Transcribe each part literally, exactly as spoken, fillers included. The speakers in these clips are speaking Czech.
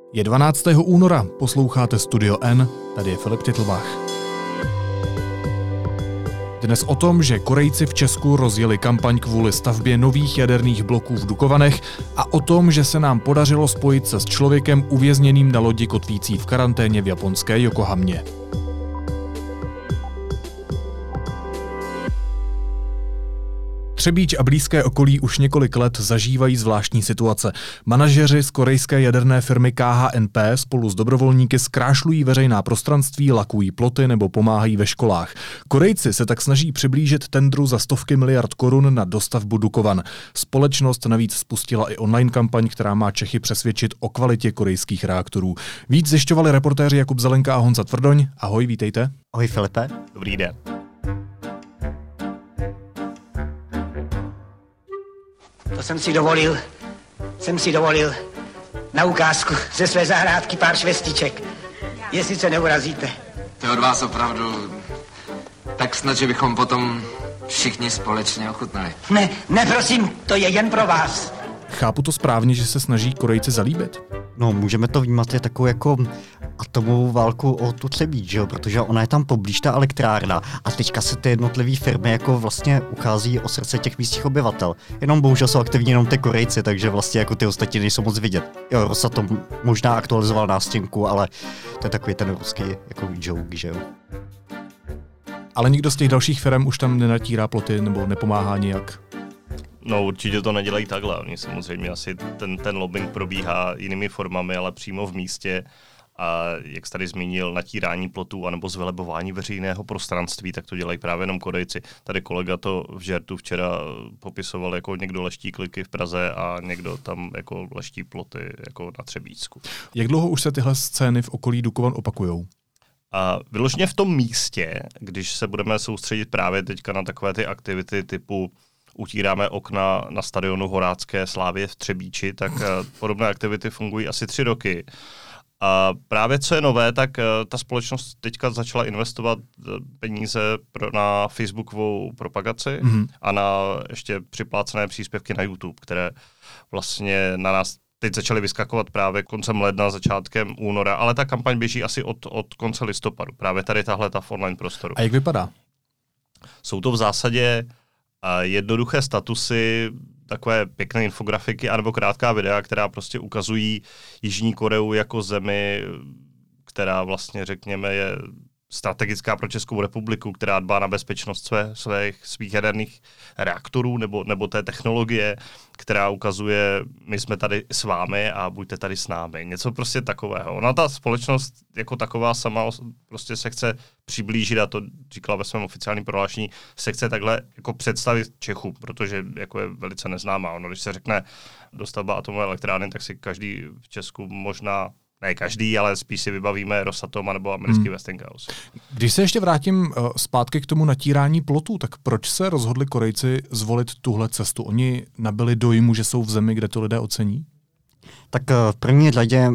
Je dvanáctého února, posloucháte Studio N, tady je Filip Titlbach. Dnes o tom, že Korejci v Česku rozjeli kampaň kvůli stavbě nových jaderných bloků v Dukovanech a o tom, že se nám podařilo spojit se s člověkem uvězněným na lodi kotvící v karanténě v japonské Yokohamě. Třebíč a blízké okolí už několik let zažívají zvláštní situace. Manažeři z korejské jaderné firmy K H N P spolu s dobrovolníky zkrášlují veřejná prostranství, lakují ploty nebo pomáhají ve školách. Korejci se tak snaží přiblížit tendru za stovky miliard korun na dostavbu Dukovan. Společnost navíc spustila i online kampaň, která má Čechy přesvědčit o kvalitě korejských reaktorů. Víc zjišťovali reportéři Jakub Zelenka a Honza Tvrdoň. Ahoj, vítejte. Ahoj Filipe. Dobrý den. To jsem si dovolil, jsem si dovolil na ukázku ze své zahrádky pár švestiček. Jestli se neurazíte. To je od vás opravdu tak snad, že bychom potom všichni společně ochutnali. Ne, ne, prosím, to je jen pro vás. Chápu to správně, že se snaží Korejci zalíbit? No, můžeme to vnímat je takovou jako atomovou válku o tu Třebíč, že jo? Protože ona je tam poblíž ta elektrárna a teďka se ty jednotlivé firmy jako vlastně uchází o srdce těch místních obyvatel. Jenom bohužel jsou aktivní jenom ty Korejci, takže vlastně jako ty ostatní nejsou moc vidět. Jo, Rosatom možná aktualizoval nástěnku, ale to je takový ten ruský jako joke, že jo? Ale nikdo z těch dalších firm už tam nenatírá ploty nebo nepomáhá nijak? No určitě to nedělají takhle. Oni samozřejmě asi ten, ten lobbying probíhá jinými formami, ale přímo v místě. A jak jsi tady zmínil, natírání plotů anebo zvelebování veřejného prostranství, tak to dělají právě jenom Korejci. Tady kolega to v žertu včera popisoval, jako někdo leští kliky v Praze a někdo tam jako leští ploty jako na Třebíčsku. Jak dlouho už se tyhle scény v okolí Dukovan opakujou? A vyloženě v tom místě, když se budeme soustředit právě teďka na takové ty aktivity typu utíráme okna na stadionu Horácké Slávie v Třebíči, tak podobné aktivity fungují asi tři roky. A právě co je nové, tak ta společnost teďka začala investovat peníze pro, na facebookovou propagaci mm-hmm. a na ještě připlácené příspěvky na YouTube, které vlastně na nás teď začaly vyskakovat právě koncem ledna, začátkem února, ale ta kampaň běží asi od, od konce listopadu. Právě tady tahle ta v online prostoru. A jak vypadá? Jsou to v zásadě a jednoduché statusy, takové pěkné infografiky anebo krátká videa, která prostě ukazují Jižní Koreu jako zemi, která vlastně řekněme je strategická pro Českou republiku, která dbá na bezpečnost své, svých, svých jaderných reaktorů nebo, nebo té technologie, která ukazuje, my jsme tady s vámi a buďte tady s námi. Něco prostě takového. Ona ta společnost jako taková sama prostě se chce přiblížit, a to říkala ve svém oficiálním prohlášení, se chce takhle jako představit Čechům, protože jako je velice neznámá. Ono, když se řekne dostavba atomové elektrárny, tak si každý v Česku možná ne každý, ale spíš si vybavíme Rosatom nebo americký hmm. Westinghouse. Když se ještě vrátím uh, zpátky k tomu natírání plotů, tak proč se rozhodli Korejci zvolit tuhle cestu? Oni nabili dojmu, že jsou v zemi, kde to lidé ocení? Tak uh, v první řadě uh,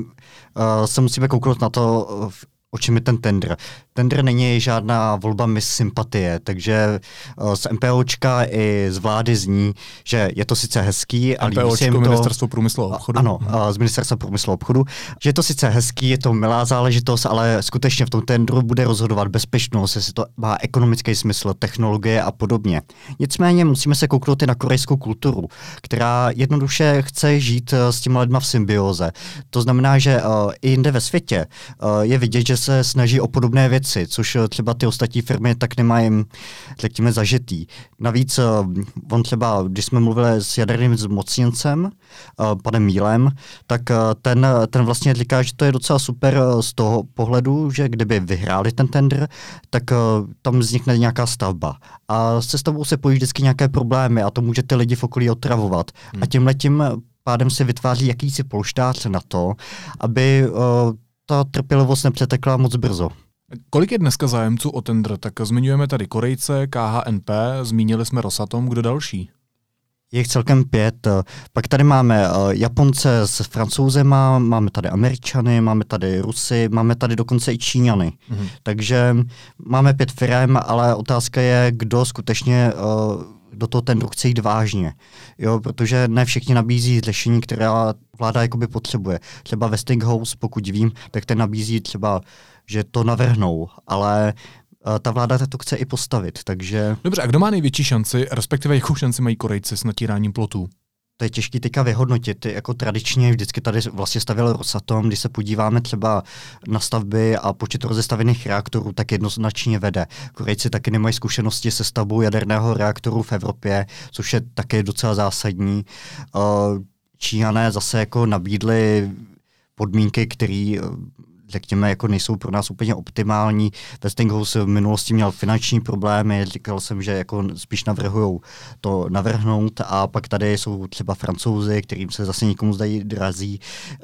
se musíme kouknout na to, uh, o čem je ten tendr. Tendr není žádná volba mis sympatie, takže uh, z MPOčka i z vlády zní, že je to sice hezký a líbí se jim to... Ministerstvo průmyslu a obchodu. Ano, uh, z Ministerstva průmyslu a obchodu. Že je to sice hezký, je to milá záležitost, ale skutečně v tom tendru bude rozhodovat bezpečnost, jestli to má ekonomický smysl, technologie a podobně. Nicméně musíme se kouknout i na korejskou kulturu, která jednoduše chce žít uh, s těma lidma v symbioze. To znamená, že uh, i jinde ve světě uh, je vidět, že se snaží o podobné věci, což třeba ty ostatní firmy tak nemají, řekněme, zažitý. Navíc on třeba, když jsme mluvili s jaderným zmocněncem, panem Mílem, tak ten, ten vlastně říká, že to je docela super z toho pohledu, že kdyby vyhráli ten tendr, tak tam vznikne nějaká stavba. A se stavbou se pojí vždycky nějaké problémy a to může ty lidi v okolí otravovat. Hmm. A tímhletím pádem se vytváří jakýsi polštář na to, aby ta trpělivost nepřetekla moc brzo. Kolik je dneska zájemců o tendr? Tak zmiňujeme tady Korejce, K H N P, zmínili jsme Rosatom, kdo další? Je jich celkem pět. Pak tady máme Japonce s Francouzema, máme tady Američany, máme tady Rusy, máme tady dokonce i Číňany. Mm-hmm. Takže máme pět firem, ale otázka je, kdo skutečně uh, do toho tendru chce jít vážně, jo, protože ne všichni nabízí řešení, která vláda jakoby potřebuje. Třeba Westinghouse, pokud vím, tak ten nabízí třeba, že to navrhnou, ale ta vláda to chce i postavit, takže... Dobře, a kdo má největší šanci, respektive jakou šanci mají Korejci s natíráním plotů? To je těžké teďka vyhodnotit. Jako tradičně vždycky tady vlastně stavěl Rosatom, když se podíváme třeba na stavby a počet rozestavěných reaktorů, tak jednoznačně vede. Korejci taky nemají zkušenosti se stavbou jaderného reaktoru v Evropě, což je také docela zásadní. Číňané zase jako nabídli podmínky, které řekněme, jako nejsou pro nás úplně optimální. Westinghouse v minulosti měl finanční problémy, říkal jsem, že jako spíš navrhujou to navrhnout a pak tady jsou třeba Francouzi, kterým se zase nikomu zdají drazí.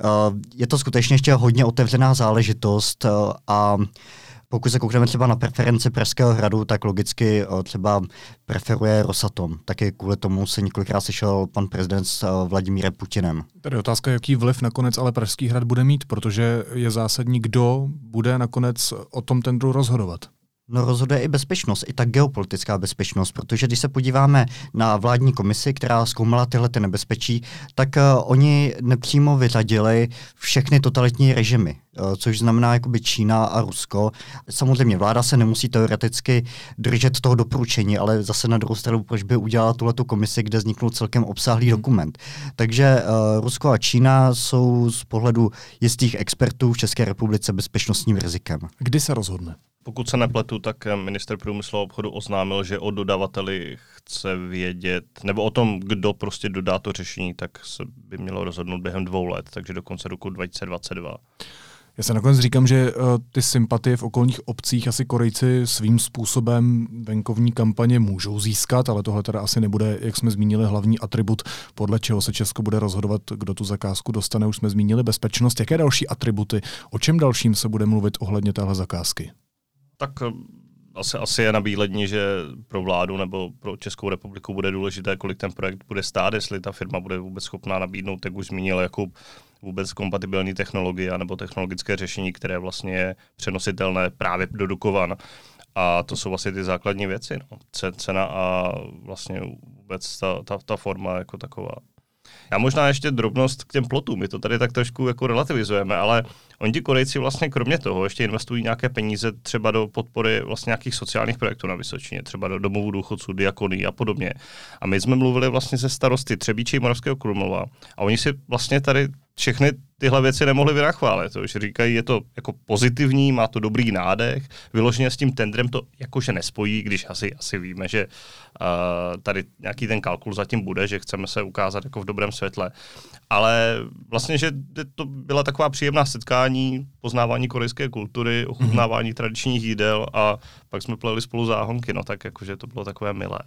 Je to skutečně ještě hodně otevřená záležitost a pokud se koukneme třeba na preference Pražského hradu, tak logicky třeba preferuje Rosatom. Taky kvůli tomu se několikrát sešel pan prezident s Vladimírem Putinem. Tady otázka, jaký vliv nakonec ale Pražský hrad bude mít, protože je zásadní, kdo bude nakonec o tom tendru rozhodovat. No rozhoduje i bezpečnost, i ta geopolitická bezpečnost, protože když se podíváme na vládní komisi, která zkoumala tyhle ty nebezpečí, tak uh, oni nepřímo vyřadili všechny totalitní režimy, uh, což znamená jakoby Čína a Rusko. Samozřejmě vláda se nemusí teoreticky držet toho doporučení, ale zase na druhou stranu, proč by udělala tuhletu komisi, kde vzniknul celkem obsáhlý dokument. Takže uh, Rusko a Čína jsou z pohledu jistých expertů v České republice bezpečnostním rizikem. Kdy se rozhodne? Pokud se nepletu, tak minister průmyslu a obchodu oznámil, že o dodavateli chce vědět, nebo o tom, kdo prostě dodá to řešení, tak se by mělo rozhodnout během dvou let, takže do konce roku dva tisíce dvacet dva. Já se nakonec říkám, že uh, ty sympatie v okolních obcích asi Korejci svým způsobem venkovní kampaně můžou získat, ale tohle teda asi nebude, jak jsme zmínili, hlavní atribut, podle čeho se Česko bude rozhodovat, kdo tu zakázku dostane. Už jsme zmínili bezpečnost. Jaké další atributy, o čem dalším se bude mluvit ohledně téhle zakázky? Tak asi, asi je nabílední, že pro vládu nebo pro Českou republiku bude důležité, kolik ten projekt bude stát, jestli ta firma bude vůbec schopná nabídnout, jak už zmínil, jako vůbec kompatibilní technologie nebo technologické řešení, které vlastně je přenositelné právě do Dukovan. A to jsou vlastně ty základní věci. No. Cena a vlastně vůbec ta, ta, ta forma jako taková. Já možná ještě drobnost k těm plotům, my to tady tak trošku jako relativizujeme, ale oni ti Korejci vlastně kromě toho ještě investují nějaké peníze třeba do podpory vlastně nějakých sociálních projektů na Vysočině, třeba do domovů důchodců, diakoní a podobně. A my jsme mluvili vlastně se starosty Třebíče i Moravského Krumlova a oni si vlastně tady všechny tyhle věci nemohli vynachválit. To už říkají, je to jako pozitivní, má to dobrý nádech, vyloženě s tím tendrem to jakože nespojí, když asi, asi víme, že uh, tady nějaký ten kalkul zatím bude, že chceme se ukázat jako v dobrém světle. Ale vlastně, že to byla taková příjemná setkání, poznávání korejské kultury, ochutnávání mm-hmm. tradičních jídel a pak jsme pleli spolu záhonky, no tak jakože to bylo takové milé.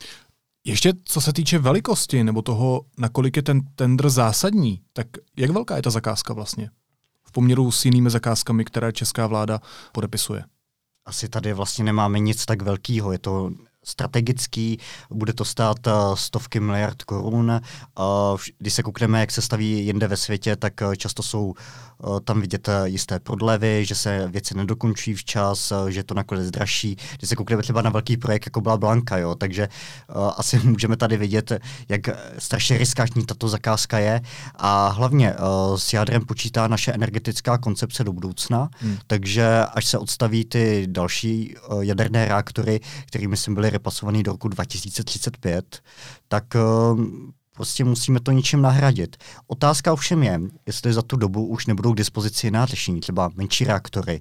Ještě co se týče velikosti nebo toho, nakolik je ten tendr zásadní, tak jak velká je ta zakázka vlastně v poměru s jinými zakázkami, které česká vláda podepisuje? Asi tady vlastně nemáme nic tak velkého, je to strategický, bude to stát uh, stovky miliard korun. Uh, když se koukneme, jak se staví jinde ve světě, tak uh, často jsou uh, tam vidět uh, jisté prodlevy, že se věci nedokončují včas, uh, že je to nakonec dražší. Když se koukneme třeba na velký projekt, jako byla Blanka, jo, takže uh, asi můžeme tady vidět, jak strašně riskantní tato zakázka je. A hlavně uh, s jádrem počítá naše energetická koncepce do budoucna, hmm. takže až se odstaví ty další uh, jaderné reaktory, kterými jsme byli repasovaný do roku dva tisíce třicet pět, tak uh, prostě musíme to něčím nahradit. Otázka ovšem je, jestli za tu dobu už nebudou k dispozici jiná řešení, třeba menší reaktory.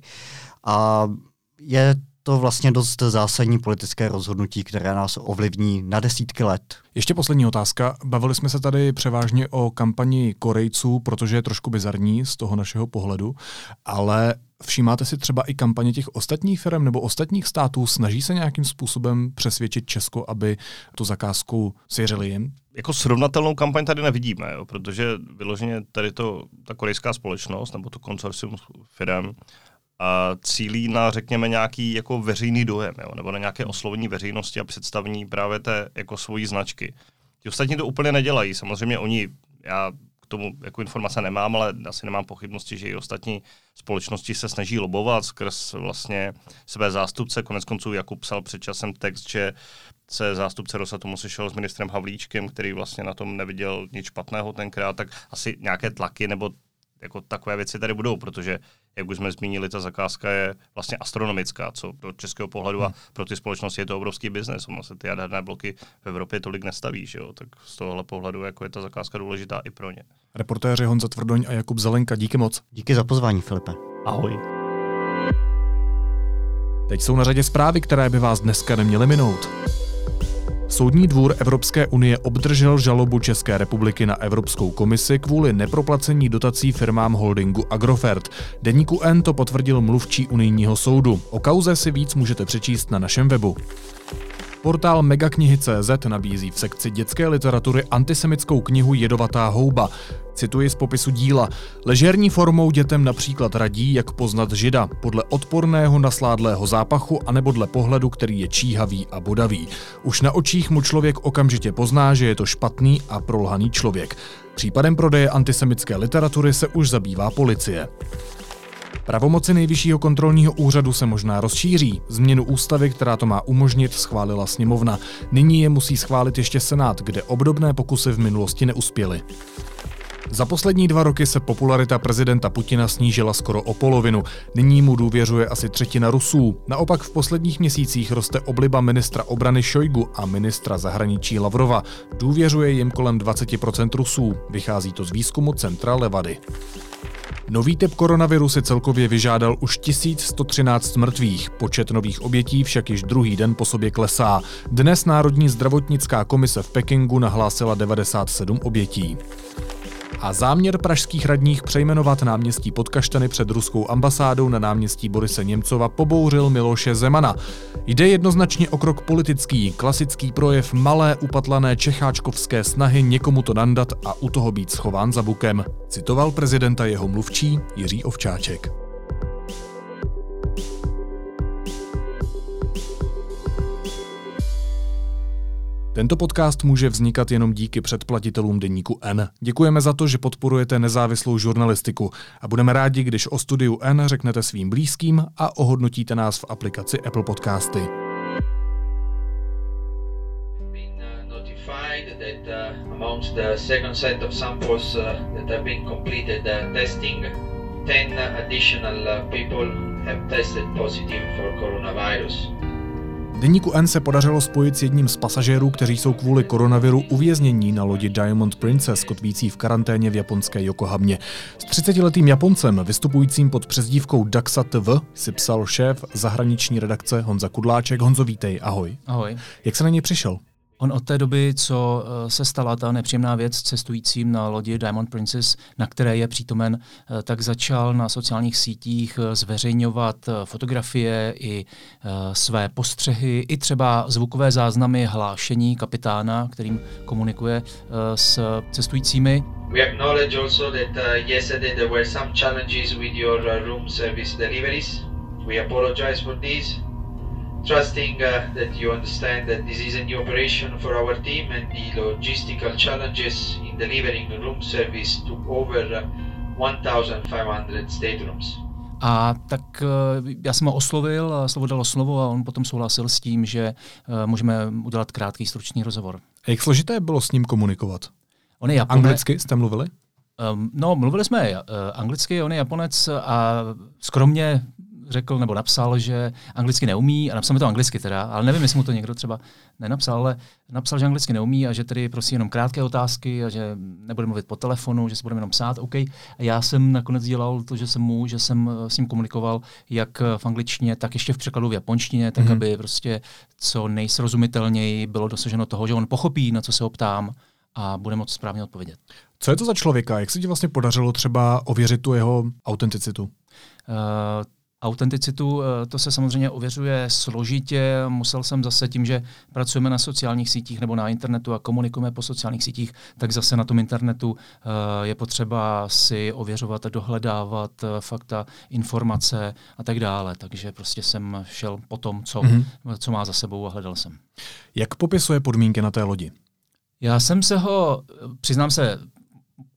A je to vlastně dost zásadní politické rozhodnutí, které nás ovlivní na desítky let. Ještě poslední otázka. Bavili jsme se tady převážně o kampani Korejců, protože je trošku bizarní z toho našeho pohledu, ale všímáte si třeba i kampaně těch ostatních firm nebo ostatních států, snaží se nějakým způsobem přesvědčit Česko, aby tu zakázku svěřili jim? Jako srovnatelnou kampaň tady nevidíme, jo, protože vyloženě tady to, ta korejská společnost nebo to konsorcium firm a cílí na, řekněme, nějaký jako veřejný dojem, jo, nebo na nějaké oslovení veřejnosti a představení právě té jako svojí značky. Ti ostatní to úplně nedělají. Samozřejmě oni, já k tomu jako informace nemám, ale asi nemám pochybnosti, že i ostatní společnosti se snaží lobovat skrz vlastně své zástupce. Konec konců Jakub psal před časem text, že se zástupce Rosatomu sešel s ministrem Havlíčkem, který vlastně na tom neviděl nic špatného tenkrát, tak asi nějaké tlaky nebo jako takové věci tady budou, protože, jak už jsme zmínili, ta zakázka je vlastně astronomická, co do českého pohledu hmm. a pro ty společnosti je to obrovský biznes. Ono se ty jaderné bloky v Evropě tolik nestaví, že jo? Tak z tohohle pohledu jako je ta zakázka důležitá i pro ně. Reportéři Honza Tvrdoň a Jakub Zelenka, díky moc. Díky za pozvání, Filipe. Ahoj. Teď jsou na řadě zprávy, které by vás dneska neměly minout. Soudní dvůr Evropské unie obdržel žalobu České republiky na Evropskou komisi kvůli neproplacení dotací firmám holdingu Agrofert. Deníku N to potvrdil mluvčí unijního soudu. O kauze si víc můžete přečíst na našem webu. Portál megaknihy tečka cé zet nabízí v sekci dětské literatury antisemitskou knihu Jedovatá houba. Cituji z popisu díla. Ležérní formou dětem například radí, jak poznat žida, podle odporného nasládlého zápachu anebo dle pohledu, který je číhavý a bodavý. Už na očích mu člověk okamžitě pozná, že je to špatný a prolhaný člověk. Případem prodeje antisemitské literatury se už zabývá policie. Pravomoci Nejvyššího kontrolního úřadu se možná rozšíří. Změnu ústavy, která to má umožnit, schválila sněmovna. Nyní je musí schválit ještě Senát, kde obdobné pokusy v minulosti neuspěly. Za poslední dva roky se popularita prezidenta Putina snížila skoro o polovinu. Nyní mu důvěřuje asi třetina Rusů. Naopak v posledních měsících roste obliba ministra obrany Šojgu a ministra zahraničí Lavrova. Důvěřuje jim kolem dvacet procent Rusů. Vychází to z výzkumu Centra Levady. Nový typ koronaviru si celkově vyžádal už tisíc sto třináct mrtvých. Počet nových obětí však již druhý den po sobě klesá. Dnes Národní zdravotnická komise v Pekingu nahlásila devadesát sedm obětí. A záměr pražských radních přejmenovat náměstí Podkaštany před ruskou ambasádou na náměstí Borise Němcova pobouřil Miloše Zemana. Jde jednoznačně o krok politický, klasický projev malé upatlané čecháčkovské snahy někomu to nandat a u toho být schován za bukem, citoval prezidenta jeho mluvčí Jiří Ovčáček. Tento podcast může vznikat jenom díky předplatitelům Deníku N. Děkujeme za to, že podporujete nezávislou žurnalistiku a budeme rádi, když o Studiu N řeknete svým blízkým a ohodnotíte nás v aplikaci Apple Podcasty. Deníku N se podařilo spojit s jedním z pasažérů, kteří jsou kvůli koronaviru uvěznění na lodi Diamond Princess, kotvící v karanténě v japonské Yokohamě. S třicetiletým Japoncem, vystupujícím pod přezdívkou Daxa T V, si psal šéf zahraniční redakce Honza Kudláček. Honzo, vítej, ahoj. Ahoj. Jak se na něj přišel? On od té doby, co se stala ta nepříjemná věc cestujícím na lodi Diamond Princess, na které je přítomen, tak začal na sociálních sítích zveřejňovat fotografie i své postřehy, i třeba zvukové záznamy hlášení kapitána, kterým komunikuje s cestujícími. We acknowledge also that uh, yesterday there were some challenges with your uh, room service deliveries. We apologize for this. Trusting uh, that you understand that this is a new operation for our team and the logistical challenges in delivering room service to over uh, fifteen hundred staterooms. A tak já jsem ho oslovil, a slovo dalo slovo a on potom souhlasil s tím, že uh, můžeme udělat krátký stručný rozhovor. A jak složité bylo s ním komunikovat? On je Japonec. Anglicky jste mluvili? Um, no, mluvili jsme uh, anglicky, on je Japonec a skromně řekl nebo napsal, že anglicky neumí, a napsal mi to anglicky teda, ale nevím, jestli mu to někdo třeba nenapsal, ale napsal, že anglicky neumí a že tedy prosí jenom krátké otázky a že nebude mluvit po telefonu, že si budeme jenom psát, OK. A já jsem nakonec dělal to, že jsem mu, že jsem s ním komunikoval jak v angličtině, tak ještě v překladu v japonštině, tak mm-hmm. aby prostě co nejsrozumitelněji bylo dosaženo toho, že on pochopí, na co se ho ptám a bude moct správně odpovědět. Co je to za člověka? Jak se ti vlastně podařilo třeba ověřit tu jeho autenticitu? Uh, Autenticitu, to se samozřejmě ověřuje složitě. Musel jsem zase tím, že pracujeme na sociálních sítích nebo na internetu a komunikujeme po sociálních sítích, tak zase na tom internetu je potřeba si ověřovat a dohledávat fakta, informace a tak dále. Takže prostě jsem šel po tom, co, mm-hmm. co má za sebou a hledal jsem. Jak popisuje podmínky na té lodi? Já jsem se ho, přiznám se,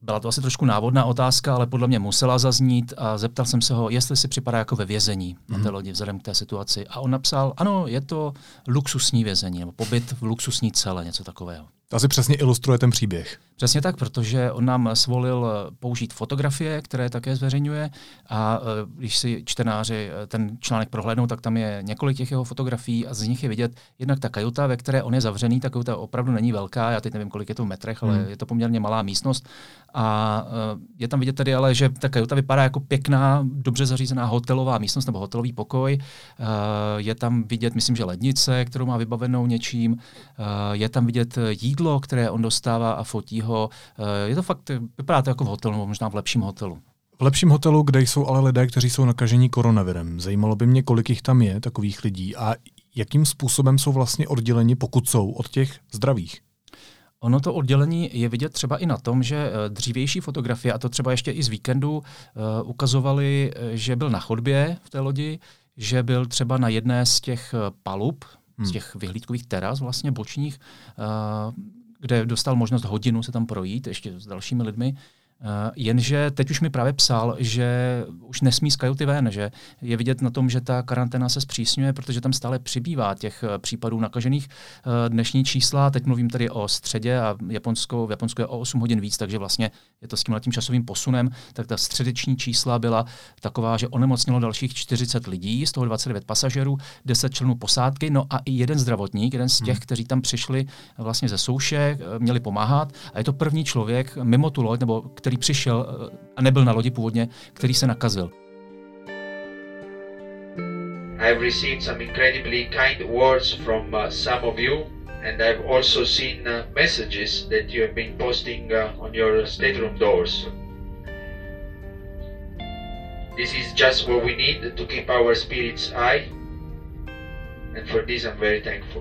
Byla to asi trošku návodná otázka, ale podle mě musela zaznít a zeptal jsem se ho, jestli si připadá jako ve vězení mm. na té lodi vzhledem k té situaci. A on napsal, ano, je to luxusní vězení, nebo pobyt v luxusní cele, něco takového. To asi přesně ilustruje ten příběh. Přesně tak, protože on nám svolil použít fotografie, které také zveřejňuje a když si čtenáři ten článek prohlédnou, tak tam je několik těch jeho fotografií a z nich je vidět jednak ta kajuta, ve které on je zavřený, ta kajuta opravdu není velká, já teď nevím, kolik je to v metrech, ale hmm. je to poměrně malá místnost a je tam vidět tedy ale, že ta kajuta vypadá jako pěkná, dobře zařízená hotelová místnost nebo hotelový pokoj, je tam vidět, myslím, že lednice, kterou má vybavenou něčím, je tam vidět jídlo, které on dostává a fotí ho. Je to fakt, vypadá to jako v hotelu, nebo možná v lepším hotelu. V lepším hotelu, kde jsou ale lidé, kteří jsou nakažení koronavirem. Zajímalo by mě, kolik jich tam je, takových lidí, a jakým způsobem jsou vlastně odděleni, pokud jsou, od těch zdravých. Ono to oddělení je vidět třeba i na tom, že dřívější fotografie, a to třeba ještě i z víkendu, uh, ukazovaly, že byl na chodbě v té lodi, že byl třeba na jedné z těch palub, hmm. z těch vyhlídkových teras vlastně bočních, uh, kde dostal možnost hodinu se tam projít ještě s dalšími lidmi. Uh, jenže teď už mi právě psal, že už nesmí z kajuty ven, že je vidět na tom, že ta karanténa se zpřísňuje, protože tam stále přibývá těch uh, případů nakažených. Uh, dnešní čísla, teď mluvím tady o středě a Japonsko, v Japonsku je o osm hodin víc, takže vlastně je to s tímhletím časovým posunem, tak ta středeční čísla byla taková, že onemocnilo dalších čtyřicet lidí, z toho dvacet devět pasažerů, deset členů posádky, no a i jeden zdravotník, jeden z těch, hmm. kteří tam přišli vlastně ze souše, měli pomáhat, a je to první člověk mimo tu loď, nebo který přišel a nebyl na lodi původně, který se nakazil. I've received some incredibly kind words from uh, some of you, and I've also seen uh, messages that you have been posting uh, on your stateroom doors. This is just what we need to keep our spirits high, and for this I'm very thankful.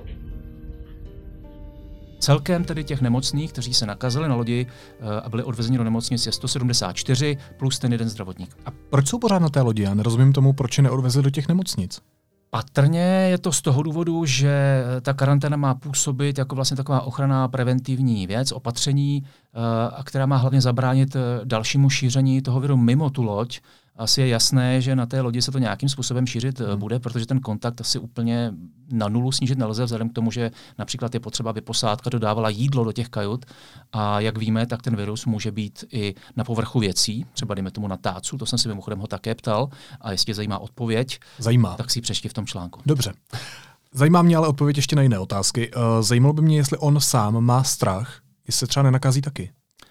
Celkem tedy těch nemocných, kteří se nakazili na lodi a byli odvezeni do nemocnic, je sto sedmdesát čtyři plus ten jeden zdravotník. A proč jsou pořád na té lodi? Já nerozumím tomu, proč je neodvezli do těch nemocnic. Patrně je to z toho důvodu, že ta karanténa má působit jako vlastně taková ochranná preventivní věc, opatření, a která má hlavně zabránit dalšímu šíření toho viru mimo tu loď. Asi je jasné, že na té lodi se to nějakým způsobem šířit hmm. bude, protože ten kontakt asi úplně na nulu snížit nelze, vzhledem k tomu, že například je potřeba, aby posádka dodávala jídlo do těch kajut a jak víme, tak ten virus může být i na povrchu věcí, třeba dejme tomu na tácu, to jsem si mimochodem ho také ptal a jestli zajímá odpověď, zajímá. Tak si ji přečti v tom článku. Dobře. Zajímá mě ale odpověď ještě na jiné otázky. Zajímalo by mě, jestli on sám má strach, jestli se třeba nenakazí taky.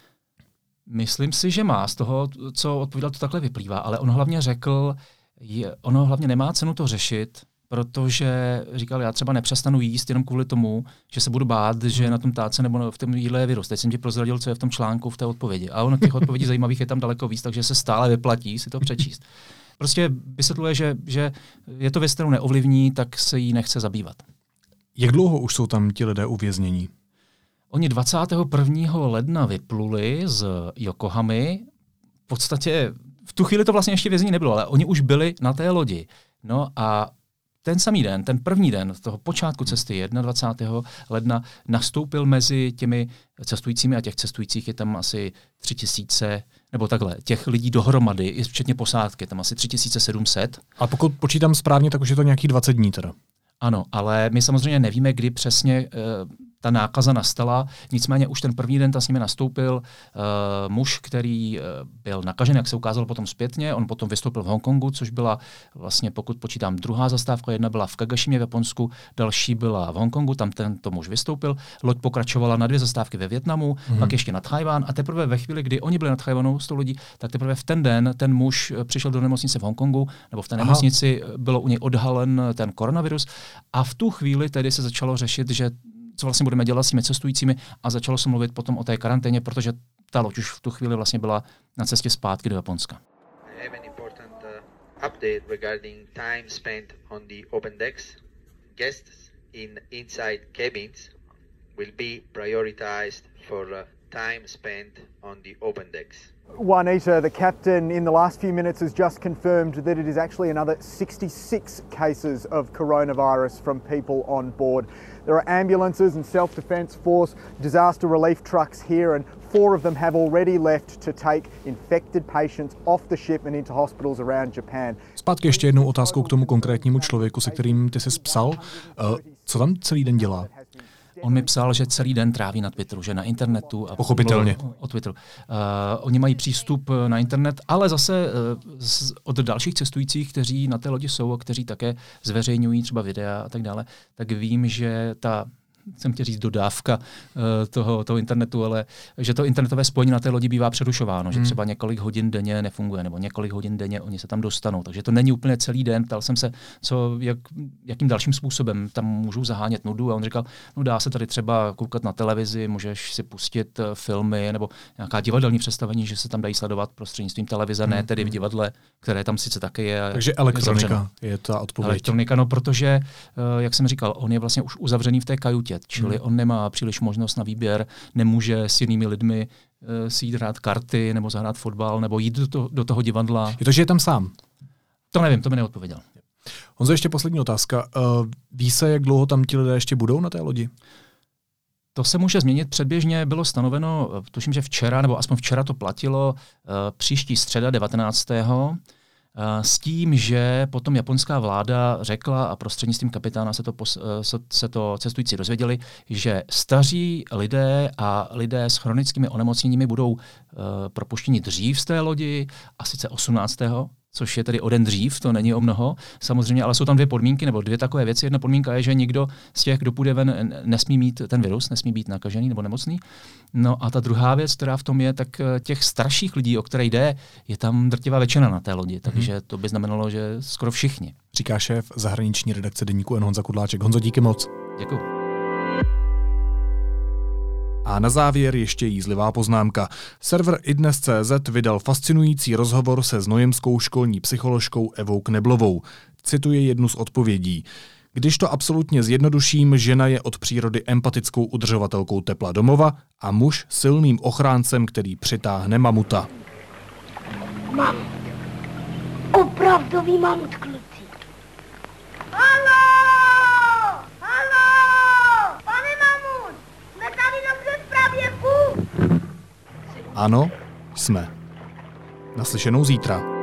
Myslím si, že má. Z toho, co odpovídal, to takhle vyplývá, ale on hlavně řekl, je, ono hlavně nemá cenu to řešit, protože říkal, já třeba nepřestanu jíst jenom kvůli tomu, že se budu bát, že na tom táce nebo v tom jídle je virus. Teď jsem ti prozradil, co je v tom článku, v té odpovědi. A ono těch odpovědí zajímavých je tam daleko víc, takže se stále vyplatí si to přečíst. Prostě vysvětluje, že, že je to věc, kterou neovlivní, tak se jí nechce zabývat. Jak dlouho už jsou tam ti lidé uvěznění? Oni dvacátého prvního ledna vypluli z Yokohamy. V podstatě v tu chvíli to vlastně ještě vězení nebylo, ale oni už byli na té lodi. No a ten samý den, ten první den toho počátku cesty dvacátého prvního ledna nastoupil mezi těmi cestujícími a těch cestujících je tam asi tři tisíce, nebo takhle, těch lidí dohromady, i včetně posádky, tam asi tři tisíce sedm set. A pokud počítám správně, tak už je to nějaký dvacet dní teda. Ano, ale my samozřejmě nevíme, kdy přesně uh, ta nákaza nastala, nicméně už ten první den tam s nimi nastoupil uh, muž, který uh, byl nakažen, jak se ukázalo potom zpětně, on potom vystoupil v Hongkongu, což byla vlastně, pokud počítám, druhá zastávka, jedna byla v Kagošimě v Japonsku, další byla v Hongkongu, tam tento muž vystoupil, loď pokračovala na dvě zastávky ve Vietnamu, mm-hmm. pak ještě na Tchaj-wan a teprve ve chvíli, kdy oni byli na Tchaj-wanu s tou lodí, tak teprve v ten den ten muž přišel do nemocnice v Hongkongu, nebo v té nemocnici Aha. bylo u něj odhalen ten koronavirus a v tu chvíli tedy se začalo řešit, že co vlastně budeme dělat s těmi cestujícími a začalo se mluvit potom o té karanténě, protože ta loď už v tu chvíli vlastně byla na cestě zpátky do Japonska. I have an important uh, update regarding time spent on the open decks. Guests in inside cabins will be prioritized for uh, time spent on the open decks. Juanita, the captain, in the last few minutes has just confirmed that it is actually another sixty-six cases of coronavirus from people on board. There are ambulances and self-defense force, disaster relief trucks here, and four of them have already left to take infected patients off the ship and into hospitals around Japan. Zpátky ještě jednou otázkou k tomu konkrétnímu člověku, se kterým ty jsi psal. Uh, co tam celý den dělá? On mi psal, že celý den tráví na Twitteru, že na internetu. A pochopitelně. O, o Twitteru. Uh, oni mají přístup na internet, ale zase uh, z, od dalších cestujících, kteří na té lodi jsou a kteří také zveřejňují třeba videa a tak dále, tak vím, že ta jsem chtěl říct dodávka uh, toho, toho internetu, ale že to internetové spojení na té lodi bývá přerušováno, hmm. že třeba několik hodin denně nefunguje, nebo několik hodin denně oni se tam dostanou. Takže to není úplně celý den. Ptal jsem se, co, jak, jakým dalším způsobem tam můžou zahánět nudu, a on říkal, no dá se tady třeba koukat na televizi, můžeš si pustit uh, filmy nebo nějaká divadelní představení, že se tam dají sledovat prostřednictvím televize, hmm. ne tedy v divadle, které tam sice také je. Takže elektronika je, je ta odpověď. Elektronika, no protože, uh, jak jsem říkal, on je vlastně už uzavřený v té kajutě. Čili on nemá příliš možnost na výběr, nemůže s jinými lidmi uh, si jít hrát karty, nebo zahrát fotbal, nebo jít do, to, do toho divadla. Je to, že je tam sám? To nevím, to mi neodpověděl. Honzo, ještě poslední otázka. Uh, ví se, jak dlouho tam ti lidé ještě budou na té lodi? To se může změnit. Předběžně bylo stanoveno, tuším, že včera, nebo aspoň včera to platilo, uh, příští středa devatenáctého s tím, že potom japonská vláda řekla a prostřednictvím kapitána se to, pos, se to cestující dozvěděli, že staří lidé a lidé s chronickými onemocněními budou uh, propuštěni dřív z té lodi, a sice osmnáctého což je tedy o den dřív, to není o mnoho. Samozřejmě, ale jsou tam dvě podmínky, nebo dvě takové věci. Jedna podmínka je, že nikdo z těch, kdo půjde ven, nesmí mít ten virus, nesmí být nakažený nebo nemocný. No a ta druhá věc, která v tom je, tak těch starších lidí, o které jde, je tam drtivá většina na té lodi, takže to by znamenalo, že skoro všichni. Říká šéf zahraniční redakce deníku N Honza Kudláček. Honzo, díky moc. Děkuji. A na závěr ještě jízlivá poznámka. Server idnes tečka cé zet vydal fascinující rozhovor se znojemskou školní psycholožkou Evou Kneblovou. Cituji jednu z odpovědí. Když to absolutně zjednoduším, žena je od přírody empatickou udržovatelkou tepla domova a muž silným ochráncem, který přitáhne mamuta. Mam. Opravdový mamut, kluci. Halo! Halo! Pane mamut! Jsme tady dobře v pravěku? Ano, jsme. Naslyšenou zítra.